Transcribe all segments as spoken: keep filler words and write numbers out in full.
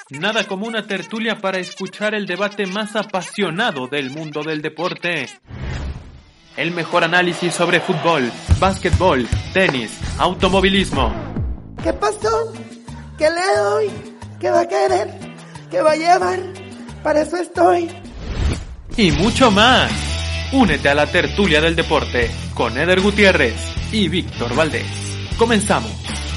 Nada como una tertulia para escuchar el debate más apasionado del mundo del deporte. El mejor análisis sobre fútbol, básquetbol, tenis, automovilismo. ¿Qué pasó? ¿Qué le doy? ¿Qué va a querer? ¿Qué va a llevar? Para eso estoy. Y mucho más. Únete a la tertulia del deporte con Eder Gutiérrez y Víctor Valdés. Comenzamos.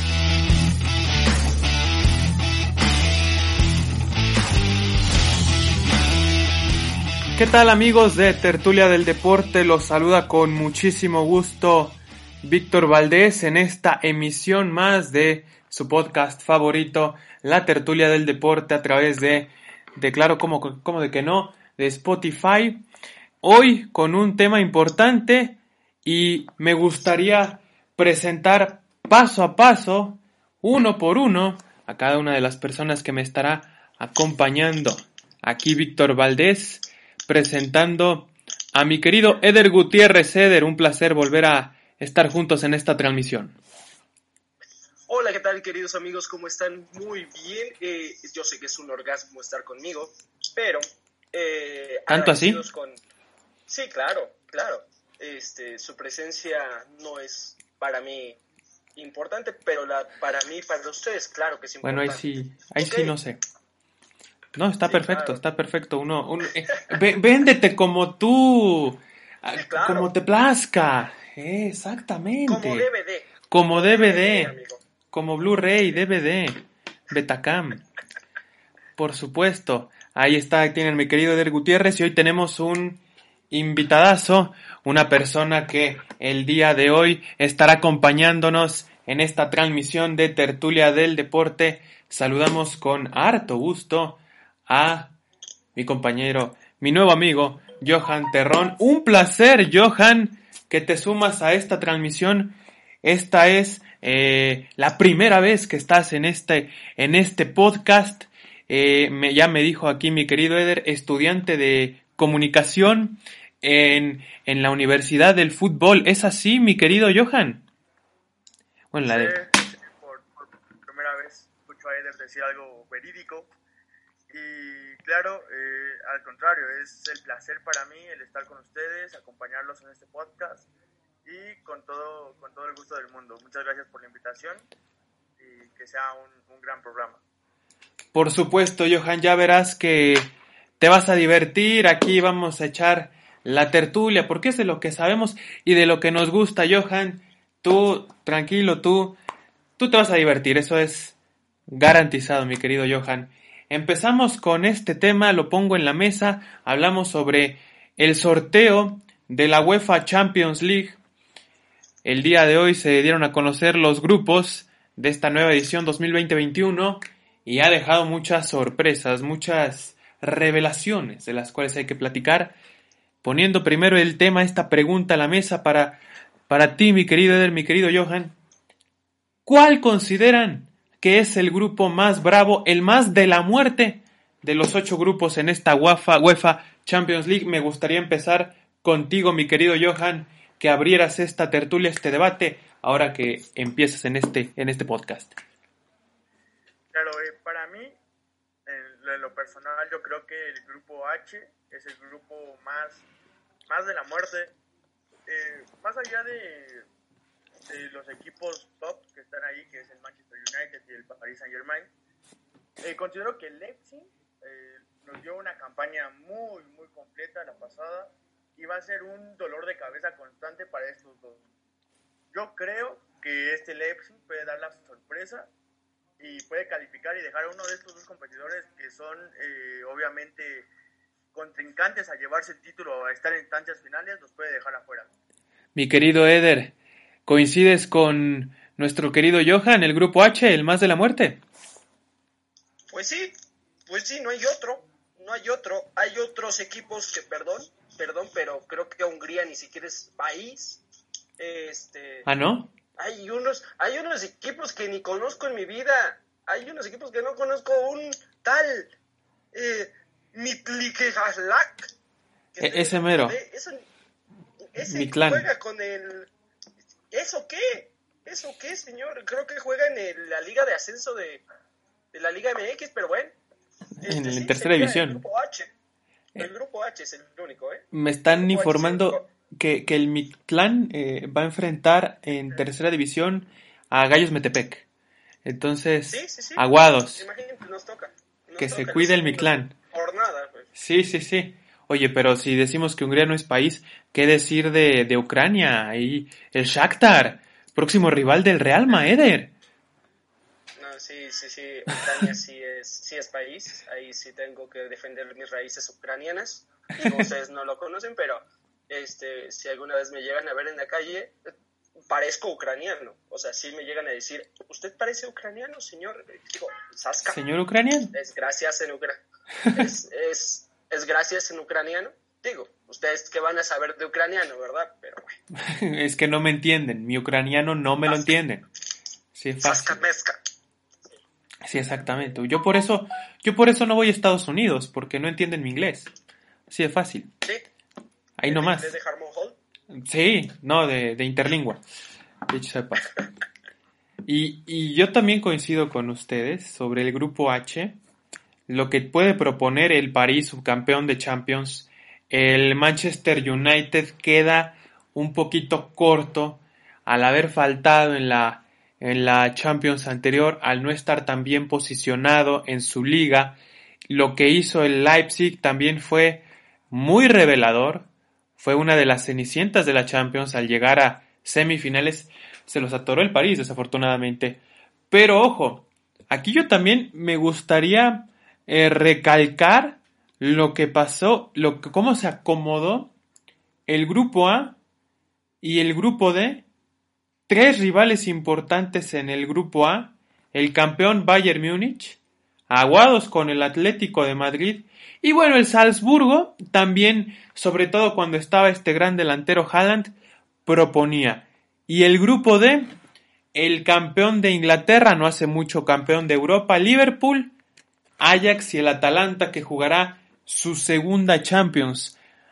¿Qué tal, amigos de Tertulia del Deporte? Los saluda con muchísimo gusto Víctor Valdés en esta emisión más de su podcast favorito, La Tertulia del Deporte, a través de, de claro, como, como de que no, de Spotify. Hoy con un tema importante y me gustaría presentar paso a paso, uno por uno, a cada una de las personas que me estará acompañando. Aquí Víctor Valdés, presentando a mi querido Eder Gutiérrez. Eder, un placer volver a estar juntos en esta transmisión. Hola, ¿qué tal, queridos amigos? ¿Cómo están? Muy bien. Eh, yo sé que es un orgasmo estar conmigo, pero... Eh, ¿Tanto así? Con... Sí, claro, claro. Este, su presencia no es para mí importante, pero la, para mí, para ustedes, claro que es importante. Bueno, ahí sí, ahí okay. sí no sé. No, está sí, perfecto, claro. está perfecto. Uno, uno eh, v- véndete como tú, Claro. como te plazca. Eh, exactamente. Como D V D. Como D V D, amigo. como Blu-ray, D V D, Betacam. Por supuesto. Ahí está, tienen mi querido Eder Gutiérrez, y hoy tenemos un invitadazo, una persona que el día de hoy estará acompañándonos en esta transmisión de Tertulia del Deporte. Saludamos con harto gusto a mi compañero, mi nuevo amigo, Johan Terrón. Un placer, Johan, que te sumas a esta transmisión. Esta es eh, la primera vez que estás en este, en este podcast. Eh, me, ya me dijo aquí mi querido Eder, estudiante de comunicación en, en la Universidad del Fútbol. ¿Es así, mi querido Johan? Bueno, la de... Sí, por, por primera vez escucho a Eder decir algo verídico. Y claro, eh, al contrario, es el placer para mí el estar con ustedes, acompañarlos en este podcast y con todo, con todo el gusto del mundo. Muchas gracias por la invitación y que sea un, un gran programa. Por supuesto, Johan, ya verás que te vas a divertir. Aquí vamos a echar la tertulia, porque es de lo que sabemos y de lo que nos gusta, Johan. Tú, tranquilo, tú, tú te vas a divertir, eso es garantizado, mi querido Johan. Empezamos con este tema, lo pongo en la mesa. Hablamos sobre el sorteo de la UEFA Champions League. El día de hoy se dieron a conocer los grupos de esta nueva edición dos mil veinte veintiuno. Y ha dejado muchas sorpresas, muchas revelaciones de las cuales hay que platicar. Poniendo primero el tema, esta pregunta a la mesa para, para ti, mi querido Eder, mi querido Johan. ¿Cuál consideran que es el grupo más bravo, el más de la muerte de los ocho grupos en esta UEFA, UEFA Champions League? Me gustaría empezar contigo, mi querido Johan, que abrieras esta tertulia, este debate, ahora que empiezas en este, en este podcast. Claro, eh, para mí, en, en lo personal, yo creo que el grupo H es el grupo más, más de la muerte. Eh, más allá de, de los equipos top que están ahí, que es el Manchester United y el Paris Saint-Germain, eh, considero que el Leipzig eh, nos dio una campaña muy, muy completa la pasada y va a ser un dolor de cabeza constante para estos dos. Yo creo que este Leipzig puede dar la sorpresa y puede calificar y dejar a uno de estos dos competidores que son eh, obviamente contrincantes a llevarse el título o a estar en instancias finales, los puede dejar afuera. Mi querido Eder, ¿coincides con nuestro querido Johan, el grupo H, el más de la muerte? Pues sí, pues sí, no hay otro, no hay otro. Hay otros equipos que, perdón, perdón, pero creo que Hungría ni siquiera es país. Este... ¿Ah, no? Hay unos, hay unos equipos que ni conozco en mi vida. Hay unos equipos que no conozco. Un tal eh, Mitlikeralak. E- ese mero. Ese, ese Mi clan. juega con el... ¿Eso qué? ¿Eso qué, señor? Creo que juega en el, la Liga de Ascenso de, de la Liga M X, pero bueno. en la sí, tercera sería división. El grupo H. El grupo H es el único, ¿eh? Me están El grupo H es el informando único. que, que el Mictlán eh, va a enfrentar en tercera división a Gallos Metepec. Entonces, Sí, sí, sí. aguados, Imagínate, nos toca. Nos que se toca cuide la el segunda Mictlán. jornada, pues. Sí, sí, sí. Oye, pero si decimos que Hungría no es país, ¿qué decir de, de Ucrania? Y el Shakhtar, próximo rival del Real Maeder. No, sí, sí, sí. Ucrania sí es, sí es país. Ahí sí tengo que defender mis raíces ucranianas. Digo, ustedes no lo conocen, pero este, si alguna vez me llegan a ver en la calle, parezco ucraniano. O sea, sí me llegan a decir, ¿usted parece ucraniano, señor? Digo, Saska. Señor ucraniano. Es gracias en ucraniano. Es, es, es gracias en ucraniano. Digo, ustedes que van a saber de ucraniano, ¿verdad? Pero bueno. Es que no me entienden. Mi ucraniano no me lo entienden. Sí, es fácil. Saska mezca. Sí, exactamente. Yo por eso, yo por eso no voy a Estados Unidos, porque no entienden mi inglés. Así de fácil. Sí. Ahí nomás. ¿De Harmon Hall? Sí, no, de, de interlingua. Dicho sea de paso. Y, y yo también coincido con ustedes sobre el grupo H, lo que puede proponer el París, subcampeón de Champions. El Manchester United queda un poquito corto al haber faltado en la, en la Champions anterior, al no estar tan bien posicionado en su liga. Lo que hizo el Leipzig también fue muy revelador. Fue una de las cenicientas de la Champions al llegar a semifinales. Se los atoró el París, desafortunadamente. Pero ojo, aquí yo también me gustaría eh, recalcar lo que pasó, lo que, cómo se acomodó el grupo A y el grupo D. Tres rivales importantes en el grupo A. El campeón Bayern Múnich, aguados con el Atlético de Madrid. Y bueno, el Salzburgo también, sobre todo cuando estaba este gran delantero Haaland, proponía. Y el grupo D, el campeón de Inglaterra, no hace mucho campeón de Europa, Liverpool, Ajax y el Atalanta, que jugará su segunda Champions.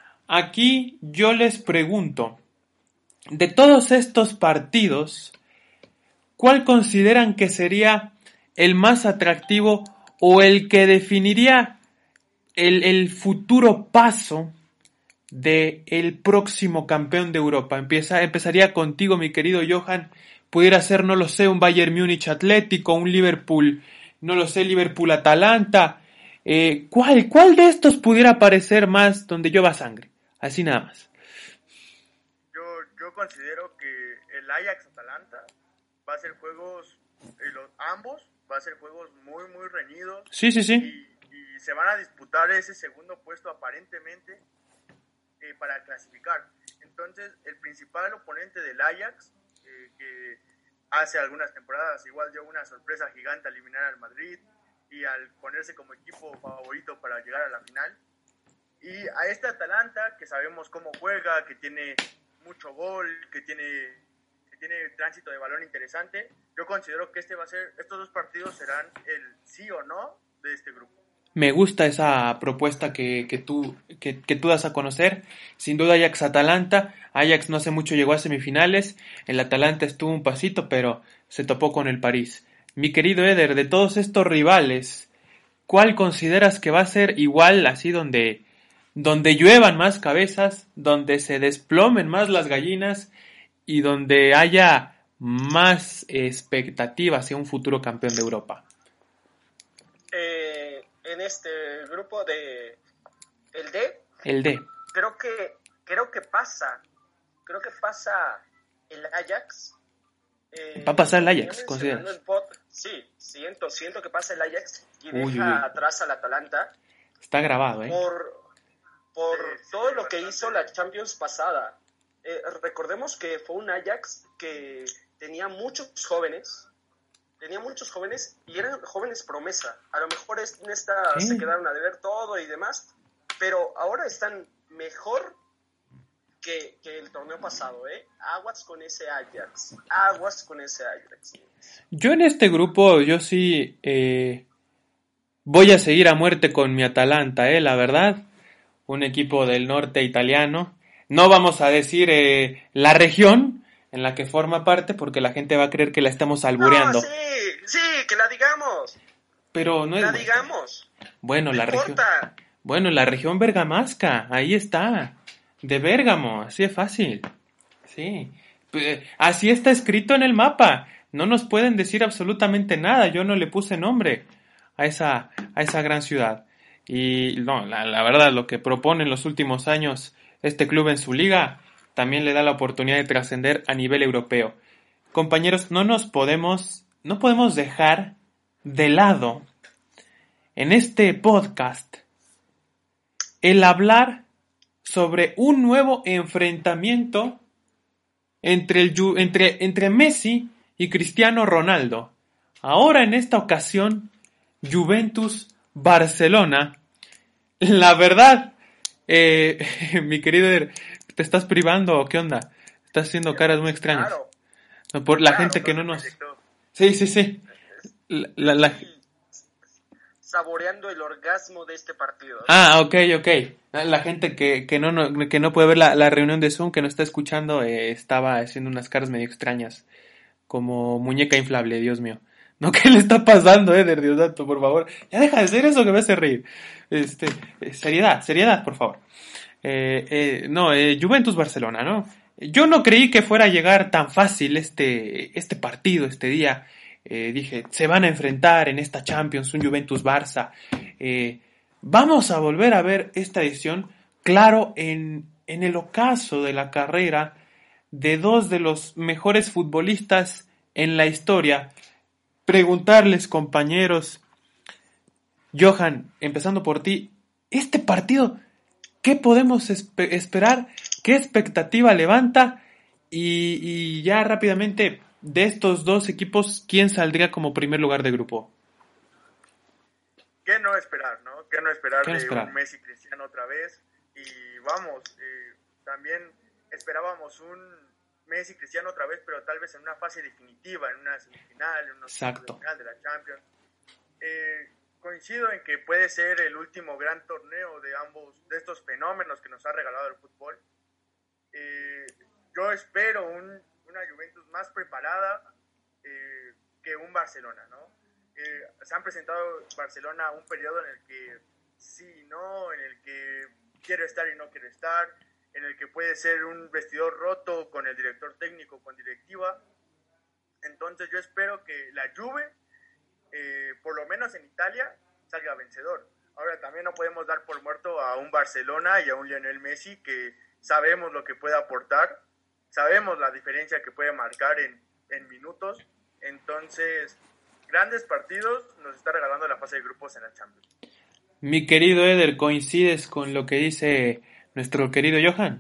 Aquí yo les pregunto, de todos estos partidos, ¿cuál consideran que sería el más atractivo o el que definiría el, el futuro paso de el próximo campeón de Europa? Empieza, empezaría contigo, mi querido Johan. Pudiera ser, no lo sé, un Bayern Múnich Atlético, un Liverpool, no lo sé, Liverpool Atalanta. Eh, ¿cuál, ¿Cuál de estos pudiera parecer más donde llueva sangre? Así nada más. Yo, yo considero que el Ajax Atalanta va a ser juegos, eh, los, ambos, va a ser juegos muy, muy reñidos. Sí, sí, sí. Y, y se van a disputar ese segundo puesto aparentemente eh, para clasificar. Entonces, el principal oponente del Ajax, eh, que hace algunas temporadas igual dio una sorpresa gigante al eliminar al Madrid y al ponerse como equipo favorito para llegar a la final. Y a este Atalanta, que sabemos cómo juega, que tiene mucho gol, que tiene, que tiene tránsito de balón interesante, yo considero que este va a ser, estos dos partidos serán el sí o no de este grupo. Me gusta esa propuesta que, que, tú, que, que tú das a conocer. Sin duda Ajax-Atalanta. Ajax no hace mucho llegó a semifinales. El Atalanta estuvo un pasito, pero se topó con el París. Mi querido Eder, de todos estos rivales, ¿cuál consideras que va a ser igual, así donde, donde lluevan más cabezas, donde se desplomen más las gallinas y donde haya más expectativa hacia un futuro campeón de Europa? Eh... En este grupo de el D, el D, creo que creo que pasa, creo que pasa el Ajax. Eh, Va a pasar el Ajax, considero. Sí, siento, siento que pasa el Ajax y uy, deja uy. atrás al Atalanta. Está grabado, ¿eh? Por, por todo lo que hizo la Champions pasada. Eh, recordemos que fue un Ajax que tenía muchos jóvenes. Tenía muchos jóvenes y eran jóvenes promesa. A lo mejor en esta ¿Sí? se quedaron a deber todo y demás, pero ahora están mejor que, que el torneo pasado, ¿eh? Aguas con ese Ajax. Aguas con ese Ajax. Yo en este grupo, yo sí eh, voy a seguir a muerte con mi Atalanta, ¿eh? La verdad, un equipo del norte italiano. No vamos a decir eh, la región en la que forma parte, porque la gente va a creer que la estamos albureando. No, sí, sí, que la digamos. pero no es... La digamos. Bueno, No la región... importa. Bueno, la región bergamasca, ahí está. De Bérgamo, así de fácil. Sí. Pues, así está escrito en el mapa. No nos pueden decir absolutamente nada. Yo no le puse nombre a esa, a esa gran ciudad. Y no, la, la verdad, lo que propone en los últimos años este club en su liga también le da la oportunidad de trascender a nivel europeo. Compañeros, no nos podemos, no podemos dejar de lado en este podcast el hablar sobre un nuevo enfrentamiento entre, el, entre, entre Messi y Cristiano Ronaldo. Ahora en esta ocasión, Juventus-Barcelona. La verdad, eh, mi querido, ¿te estás privando o qué onda? Estás haciendo caras muy extrañas. Claro. No, por la Claro, gente que no me nos... proyectó. Sí, sí, sí. La, la, la... Saboreando el orgasmo de este partido. Ah, ok, ok. La gente que, que, no, no, que no puede ver la, la reunión de Zoom, que no está escuchando, eh, estaba haciendo unas caras medio extrañas. Como muñeca inflable, Dios mío. No, ¿qué le está pasando, Eder? Dios santo, por favor. Ya deja de hacer eso que me hace reír. Este, eh, seriedad, seriedad, por favor. Eh, eh, no, eh, Juventus-Barcelona, ¿no? Yo no creí que fuera a llegar tan fácil este, este partido, este día. Eh, dije, se van a enfrentar en esta Champions, un Juventus-Barça. Eh, vamos a volver a ver esta edición, claro, en, en el ocaso de la carrera de dos de los mejores futbolistas en la historia. Preguntarles, compañeros, Johan, empezando por ti, este partido, ¿qué podemos espe- esperar? ¿Qué expectativa levanta? Y, y ya rápidamente, de estos dos equipos, ¿quién saldría como primer lugar de grupo? ¿Qué no esperar, no? ¿Qué no esperar ¿Qué no de esperar? un Messi Cristiano otra vez? Y vamos, eh, también esperábamos un Messi Cristiano otra vez, pero tal vez en una fase definitiva, en una semifinal, en una Exacto. final de la Champions. Eh, coincido en que puede ser el último gran torneo de ambos, de estos fenómenos que nos ha regalado el fútbol. Eh, yo espero un, una Juventus más preparada eh, que un Barcelona, ¿no? Eh, se han presentado Barcelona un periodo en el que sí, no, en el que quiero estar y no quiero estar, en el que puede ser un vestidor roto con el director técnico, con directiva. Entonces yo espero que la Juve, eh, por lo menos en Italia, salga vencedor. Ahora también no podemos dar por muerto a un Barcelona y a un Lionel Messi que sabemos lo que puede aportar, sabemos la diferencia que puede marcar en, en minutos. Entonces, grandes partidos nos está regalando la fase de grupos en la Champions. Mi querido Eder, ¿coincides con lo que dice nuestro querido Johan?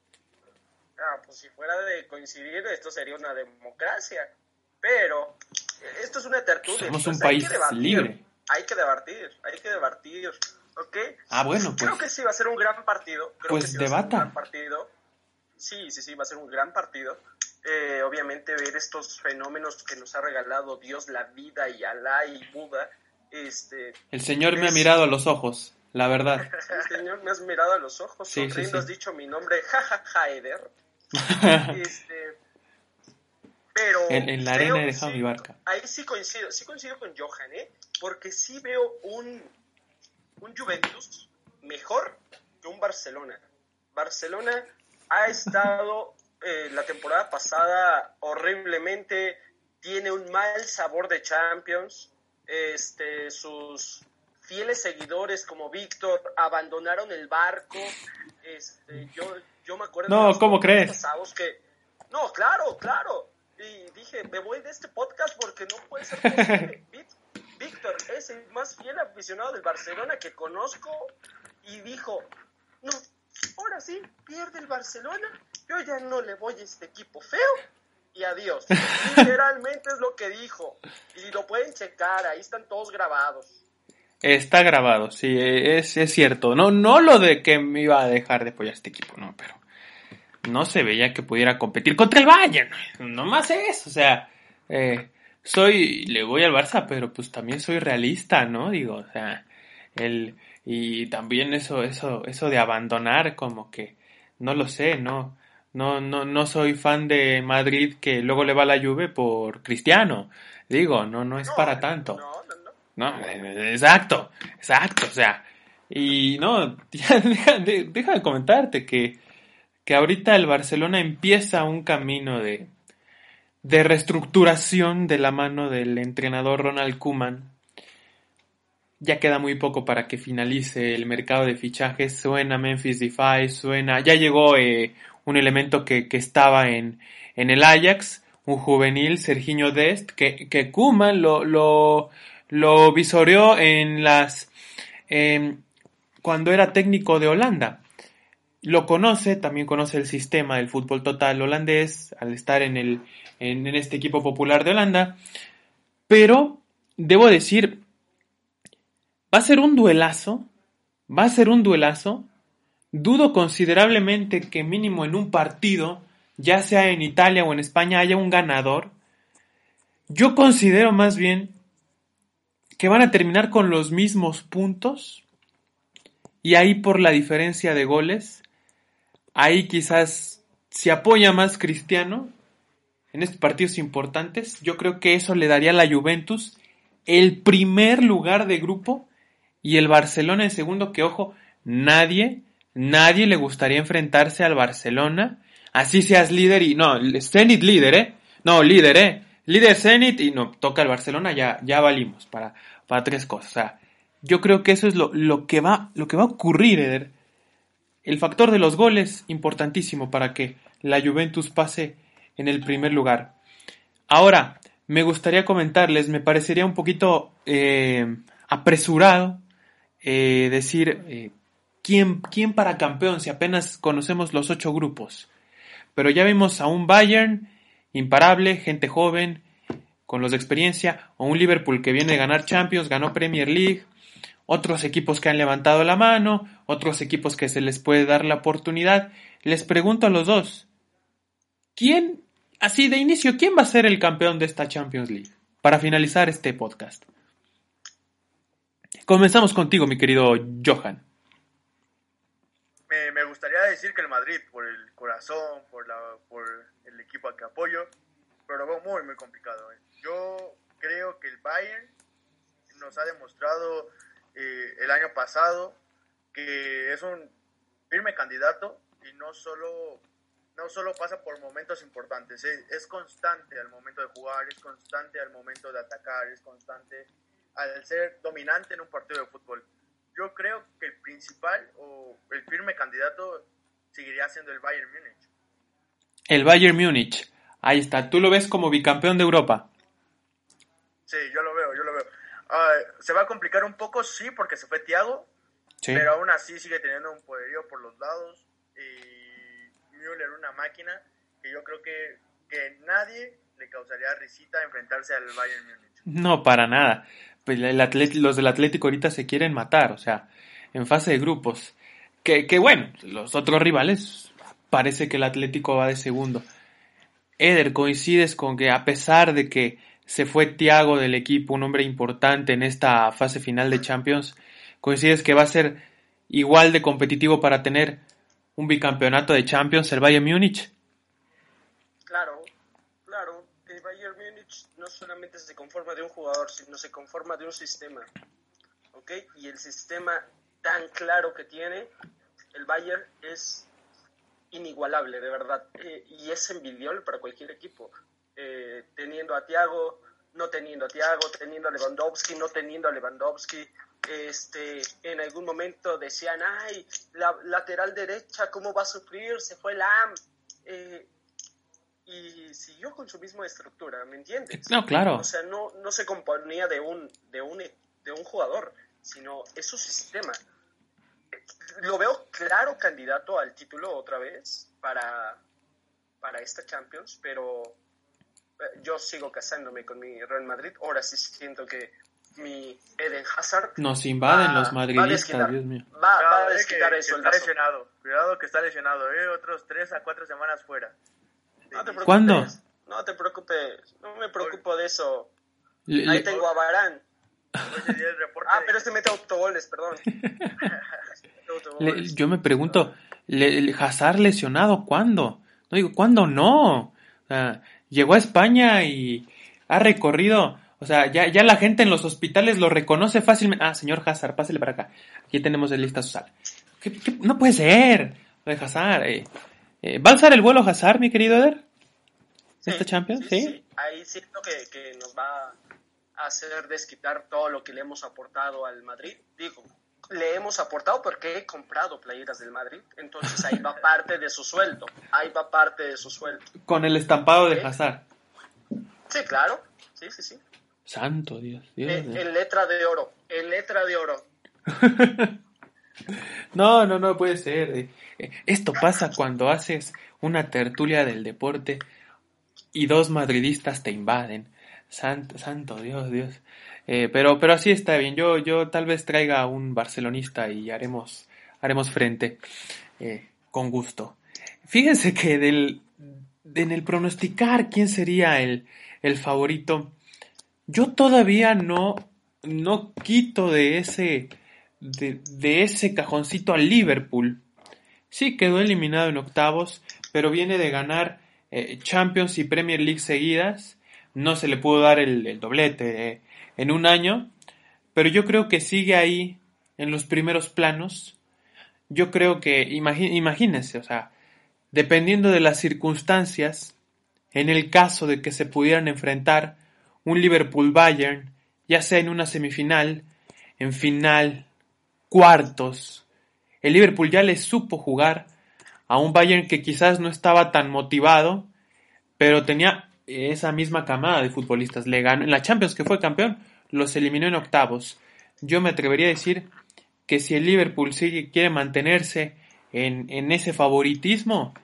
Ah, pues si fuera de coincidir, esto sería una democracia. Pero esto es una tertulia. Somos un entonces hay país que debatir, libre. Hay que debatir, hay que debatir, ¿ok? Ah, bueno, pues. Creo que sí va a ser un gran partido. Creo Pues que sí debata. Va a ser un gran partido. Sí, sí, sí, va a ser un gran partido. Eh, obviamente ver estos fenómenos que nos ha regalado Dios, la vida y Alá y Buda. Este, El Señor me ha es- mirado a los ojos, la verdad. El Señor me has mirado a los ojos, Sí, sí, sonriendo sí. has dicho mi nombre, jajaja, Eder. Este, pero En, en la creo arena he que dejado sí, mi barca. ahí sí coincido, sí coincido con Johan, ¿eh? Porque sí veo un, un Juventus mejor que un Barcelona. Barcelona ha estado eh, la temporada pasada horriblemente, tiene un mal sabor de Champions. Este, sus fieles seguidores como Víctor abandonaron el barco. Este, yo, yo me acuerdo No, de los ¿cómo podcasts crees? pasados que no, claro, claro. Y dije, me voy de este podcast porque no puede ser posible. Vic- Víctor es el más fiel aficionado del Barcelona que conozco y dijo, no, ahora sí, pierde el Barcelona, yo ya no le voy a este equipo feo y adiós. Literalmente es lo que dijo y lo pueden checar, ahí están todos grabados. Está grabado, sí, es, es cierto. No, no lo de que me iba a dejar de apoyar este equipo, no, pero no se veía que pudiera competir contra el Bayern. No más eso, o sea, eh, soy, le voy al Barça, pero pues también soy realista, ¿no? Digo, o sea, el, y también eso, eso, eso de abandonar, como que, no lo sé, no, no, no, no soy fan de Madrid que luego le va a la Juve por Cristiano. Digo, no, no es No, para tanto. No, no, no. No, exacto, exacto, o sea, y no, ya deja, de, deja de comentarte que, que ahorita el Barcelona empieza un camino de, de reestructuración de la mano del entrenador Ronald Koeman. Ya queda muy poco para que finalice el mercado de fichajes. Suena Memphis Depay, suena... Ya llegó eh, un elemento que, que estaba en, en el Ajax, un juvenil, Serginho Dest, que, que Koeman lo, lo, lo visoreó en las... Eh, cuando era técnico de Holanda. Lo conoce, también conoce el sistema del fútbol total holandés, al estar en, el, en, en este equipo popular de Holanda. Pero, debo decir... Va a ser un duelazo, va a ser un duelazo. Dudo considerablemente que mínimo en un partido, ya sea en Italia o en España, haya un ganador. Yo considero más bien que van a terminar con los mismos puntos. Y ahí por la diferencia de goles, ahí quizás se apoya más Cristiano en estos partidos importantes. Yo creo que eso le daría a la Juventus el primer lugar de grupo. Y el Barcelona en segundo, que ojo, nadie, nadie le gustaría enfrentarse al Barcelona, así seas líder y, no, Zenit líder, eh, no, líder, eh, líder Zenit y no, toca el Barcelona, ya, ya valimos para, para tres cosas, o sea, yo creo que eso es lo, lo que va, lo que va a ocurrir, Eder. El factor de los goles, importantísimo para que la Juventus pase en el primer lugar. Ahora, me gustaría comentarles, me parecería un poquito eh, apresurado, Eh, decir eh, ¿quién, quién para campeón si apenas conocemos los ocho grupos, pero ya vimos a un Bayern imparable, gente joven con los de experiencia, o un Liverpool que viene de ganar Champions, ganó Premier League, otros equipos que han levantado la mano, otros equipos que se les puede dar la oportunidad. Les pregunto a los dos, ¿quién, así de inicio, quién va a ser el campeón de esta Champions League para finalizar este podcast? Comenzamos contigo, mi querido Johan. Me, me gustaría decir que el Madrid, por el corazón, por, la, por el equipo al que apoyo, pero lo veo muy, muy complicado. ¿eh? Yo creo que el Bayern nos ha demostrado eh, el año pasado que es un firme candidato y no solo, no solo pasa por momentos importantes, es, es constante al momento de jugar, es constante al momento de atacar, es constante al ser dominante en un partido de fútbol. Yo creo que el principal o el firme candidato seguiría siendo el Bayern Múnich. El Bayern Múnich, ahí está. ¿Tú lo ves como bicampeón de Europa? Sí, yo lo veo, yo lo veo. Uh, se va a complicar un poco, sí, porque se fue Thiago, sí. Pero aún así sigue teniendo un poderío por los lados y Müller una máquina que yo creo que, que nadie le causaría risita enfrentarse al Bayern Múnich. No, para nada. Pues el Atlet- los del Atlético ahorita se quieren matar, o sea, en fase de grupos. Que, que bueno, los otros rivales, parece que el Atlético va de segundo. Eder, ¿coincides con que a pesar de que se fue Thiago del equipo, un hombre importante en esta fase final de Champions, coincides que va a ser igual de competitivo para tener un bicampeonato de Champions el Bayern Múnich? Claro, claro, el Bayern Múnich no solamente se conforma de un jugador, sino se conforma de un sistema, ¿ok? Y el sistema tan claro que tiene el Bayern es inigualable, de verdad, eh, y es envidiable para cualquier equipo, eh, teniendo a Thiago, no teniendo a Thiago, teniendo a Lewandowski, no teniendo a Lewandowski. Este, en algún momento decían, ay, la lateral derecha, ¿cómo va a sufrir? Se fue Lam. Eh, y siguió con su misma estructura, ¿me entiendes? No, claro. O sea, no, no se componía de un, de un, de un jugador, sino es su sistema. Lo veo claro candidato al título otra vez para, para esta Champions, pero yo sigo casándome con mi Real Madrid. Ahora sí siento que mi Eden Hazard nos invaden va, los madridistas, va a desquitar, Dios mío. Va, Cuidado, va a desquitar que, eso. Que está lesionado. Cuidado que está lesionado, ¿eh? Otros tres a cuatro semanas fuera. No te preocupes. ¿Cuándo? No te preocupes. No me preocupo de eso. Le, Ahí le... tengo a Varane. Ah, pero este mete autogoles, perdón. le, yo me pregunto, le, le, ¿Hazard lesionado cuándo? No digo, ¿cuándo no? O sea, llegó a España y ha recorrido... O sea, ya, ya la gente en los hospitales lo reconoce fácilmente. Ah, señor Hazard, pásele para acá. Aquí tenemos el lista su sala. ¿Qué, qué? No puede ser. Lo de Hazard. Eh. Eh, ¿Va a usar el vuelo Hazard, mi querido Eder? Sí, ¿Esta Champions? Sí, Sí. sí. Ahí siento que, que nos va a hacer desquitar todo lo que le hemos aportado al Madrid. Digo, le hemos aportado porque he comprado playeras del Madrid. Entonces ahí va parte de su sueldo. Ahí va parte de su sueldo. Con el estampado de ¿Sí? Hazard. Sí, claro. Sí, sí, sí. Santo Dios. Dios En, Dios. en letra de oro. En letra de oro. No, no, no puede ser. Eh, Esto pasa cuando haces una tertulia del deporte y dos madridistas te invaden. Santo, santo Dios, Dios. Eh, pero, pero así está bien. Yo, yo tal vez traiga un barcelonista y haremos, haremos frente eh, con gusto. Fíjense que del, en el pronosticar quién sería el, el favorito, yo todavía no, no quito de ese, de, de ese cajoncito al Liverpool. Sí, quedó eliminado en octavos, pero viene de ganar eh, Champions y Premier League seguidas. No se le pudo dar el, el doblete eh, en un año, pero yo creo que sigue ahí en los primeros planos. Yo creo que, imagi- imagínense, o sea, dependiendo de las circunstancias, en el caso de que se pudieran enfrentar un Liverpool-Bayern, ya sea en una semifinal, en final, cuartos, el Liverpool ya le supo jugar a un Bayern que quizás no estaba tan motivado, pero tenía esa misma camada de futbolistas. Le ganó en la Champions, que fue campeón, los eliminó en octavos. Yo me atrevería a decir que si el Liverpool sigue, quiere mantenerse en, en ese favoritismo,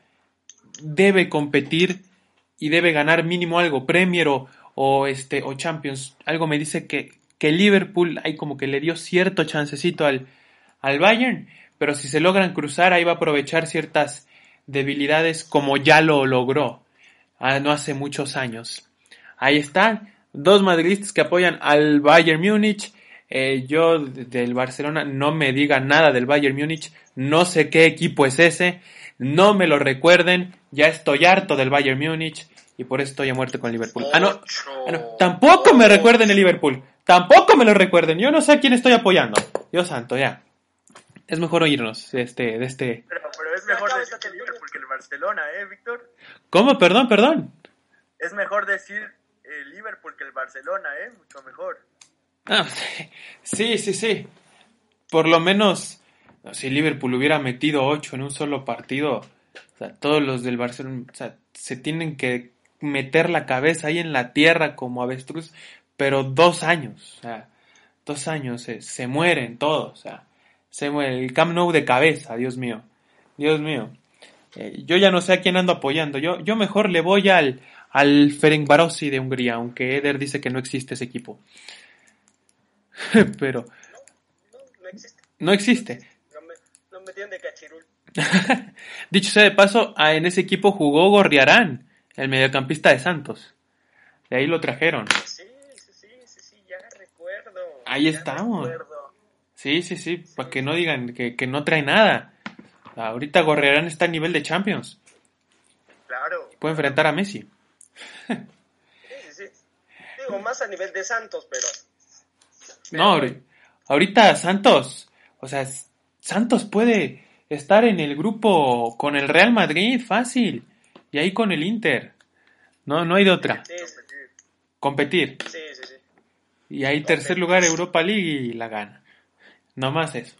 debe competir y debe ganar mínimo algo, Premier o, o, este, o Champions. Algo me dice que, que Liverpool ahí como que le dio cierto chancecito al, al Bayern, pero si se logran cruzar, ahí va a aprovechar ciertas debilidades como ya lo logró ah, no hace muchos años. Ahí están, dos madridistas que apoyan al Bayern Múnich. Eh, yo del Barcelona no me digan nada del Bayern Múnich, no sé qué equipo es ese, no me lo recuerden, ya estoy harto del Bayern Múnich y por eso estoy a muerte con Liverpool. Ah, no, ah, no, tampoco me recuerden el Liverpool, tampoco me lo recuerden, yo no sé a quién estoy apoyando. Dios santo, ya. Es mejor oírnos de este, de este... Pero, pero es mejor decir el Liverpool que el Barcelona, ¿eh, Víctor? ¿Cómo? Perdón, perdón. Es mejor decir el Liverpool que el Barcelona, ¿eh? Mucho mejor. Ah, sí, sí, sí. Por lo menos, si Liverpool hubiera metido ocho en un solo partido, o sea, todos los del Barcelona, o sea, se tienen que meter la cabeza ahí en la tierra como avestruz, pero dos años, o sea, dos años, se, se mueren todos, o sea, se muere el Camp Nou de cabeza, Dios mío, Dios mío. Eh, yo ya no sé a quién ando apoyando, yo, yo mejor le voy al, al Ferencvárosi de Hungría, aunque Eder dice que no existe ese equipo. Pero No, no, no existe. no existe. No me, no me tienen de cachirul. Dicho sea de paso, ah, en ese equipo jugó Gorriarán, el mediocampista de Santos. De ahí lo trajeron. Sí, sí, sí, sí, sí, ya recuerdo. Ahí ya estamos. recuerdo. Sí, sí, sí, para que no digan que, que no trae nada. Ahorita Gorriarán está a nivel de Champions. Claro. Puede enfrentar a Messi. Sí, sí, sí. Digo, más a nivel de Santos, pero... No, ahori- ahorita Santos, o sea, S- Santos puede estar en el grupo con el Real Madrid, fácil. Y ahí con el Inter. No, no hay de otra. Sí, sí, Competir. sí, sí, sí. Y ahí tercer lugar Europa League y la gana. No más eso.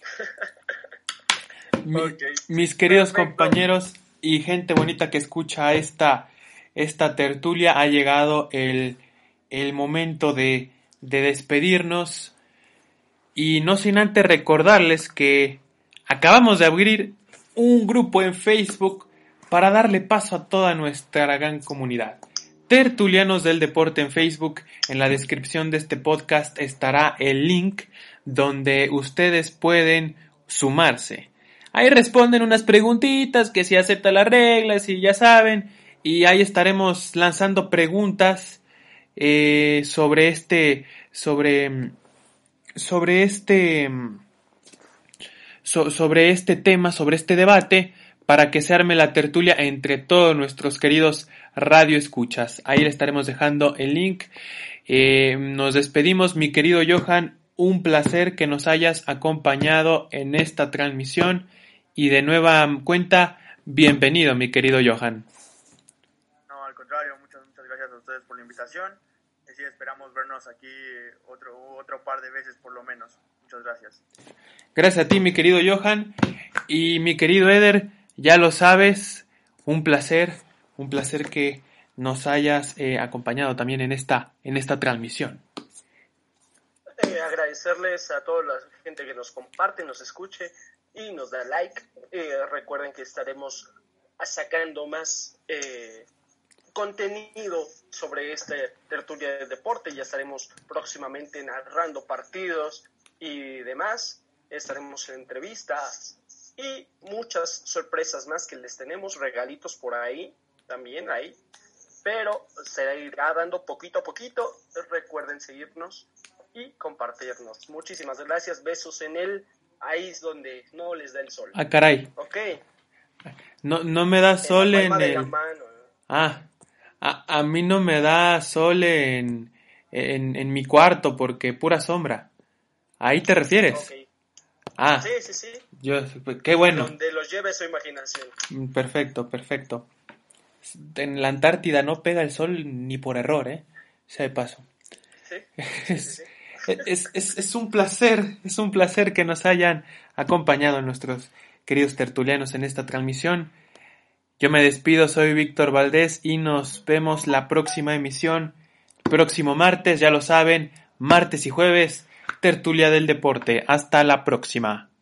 Mi- Ok. Mis queridos Perfecto. compañeros y gente bonita que escucha esta, esta tertulia, ha llegado el, el momento de, de despedirnos. Y no sin antes recordarles que acabamos de abrir un grupo en Facebook para darle paso a toda nuestra gran comunidad. Tertulianos del Deporte en Facebook. En la descripción de este podcast estará el link donde ustedes pueden sumarse. Ahí responden unas preguntitas, que si acepta las reglas y ya saben. Y ahí estaremos lanzando preguntas eh, sobre este, sobre, sobre este, so- sobre este tema, sobre este debate, para que se arme la tertulia entre todos nuestros queridos radioescuchas. Ahí le estaremos dejando el link. Eh, nos despedimos, mi querido Johan. Un placer que nos hayas acompañado en esta transmisión. Y de nueva cuenta, bienvenido, mi querido Johan. No, al contrario, muchas, muchas gracias a ustedes por la invitación. Y sí, esperamos vernos aquí otro, otro par de veces por lo menos. Muchas gracias. Gracias a ti, mi querido Johan. Y mi querido Eder, ya lo sabes, un placer, un placer que nos hayas eh, acompañado también en esta, en esta transmisión. Eh, agradecerles a toda la gente que nos comparte, nos escuche y nos da like. Eh, recuerden que estaremos sacando más eh, contenido sobre esta tertulia de deporte. Ya estaremos próximamente narrando partidos y demás. Estaremos en entrevistas y muchas sorpresas más que les tenemos, regalitos por ahí, también ahí. Pero se irá dando poquito a poquito. Recuerden seguirnos y compartirnos. Muchísimas gracias. Besos en el ahí es donde no les da el sol. Ah, caray. Ok. No, no me da sol en, en el... el... Ah, a, a mí no me da sol en, en, en mi cuarto porque pura sombra. ¿Ahí te refieres? Okay. Ah, sí, sí, sí. Yo, qué bueno. Donde los lleve su imaginación. Perfecto, perfecto. En la Antártida no pega el sol ni por error, ¿eh? Sea de paso. Sí, sí, sí, sí. Es, es, es un placer, es un placer que nos hayan acompañado nuestros queridos tertulianos en esta transmisión. Yo me despido, soy Víctor Valdés y nos vemos la próxima emisión, próximo martes, ya lo saben, martes y jueves, Tertulia del Deporte. Hasta la próxima.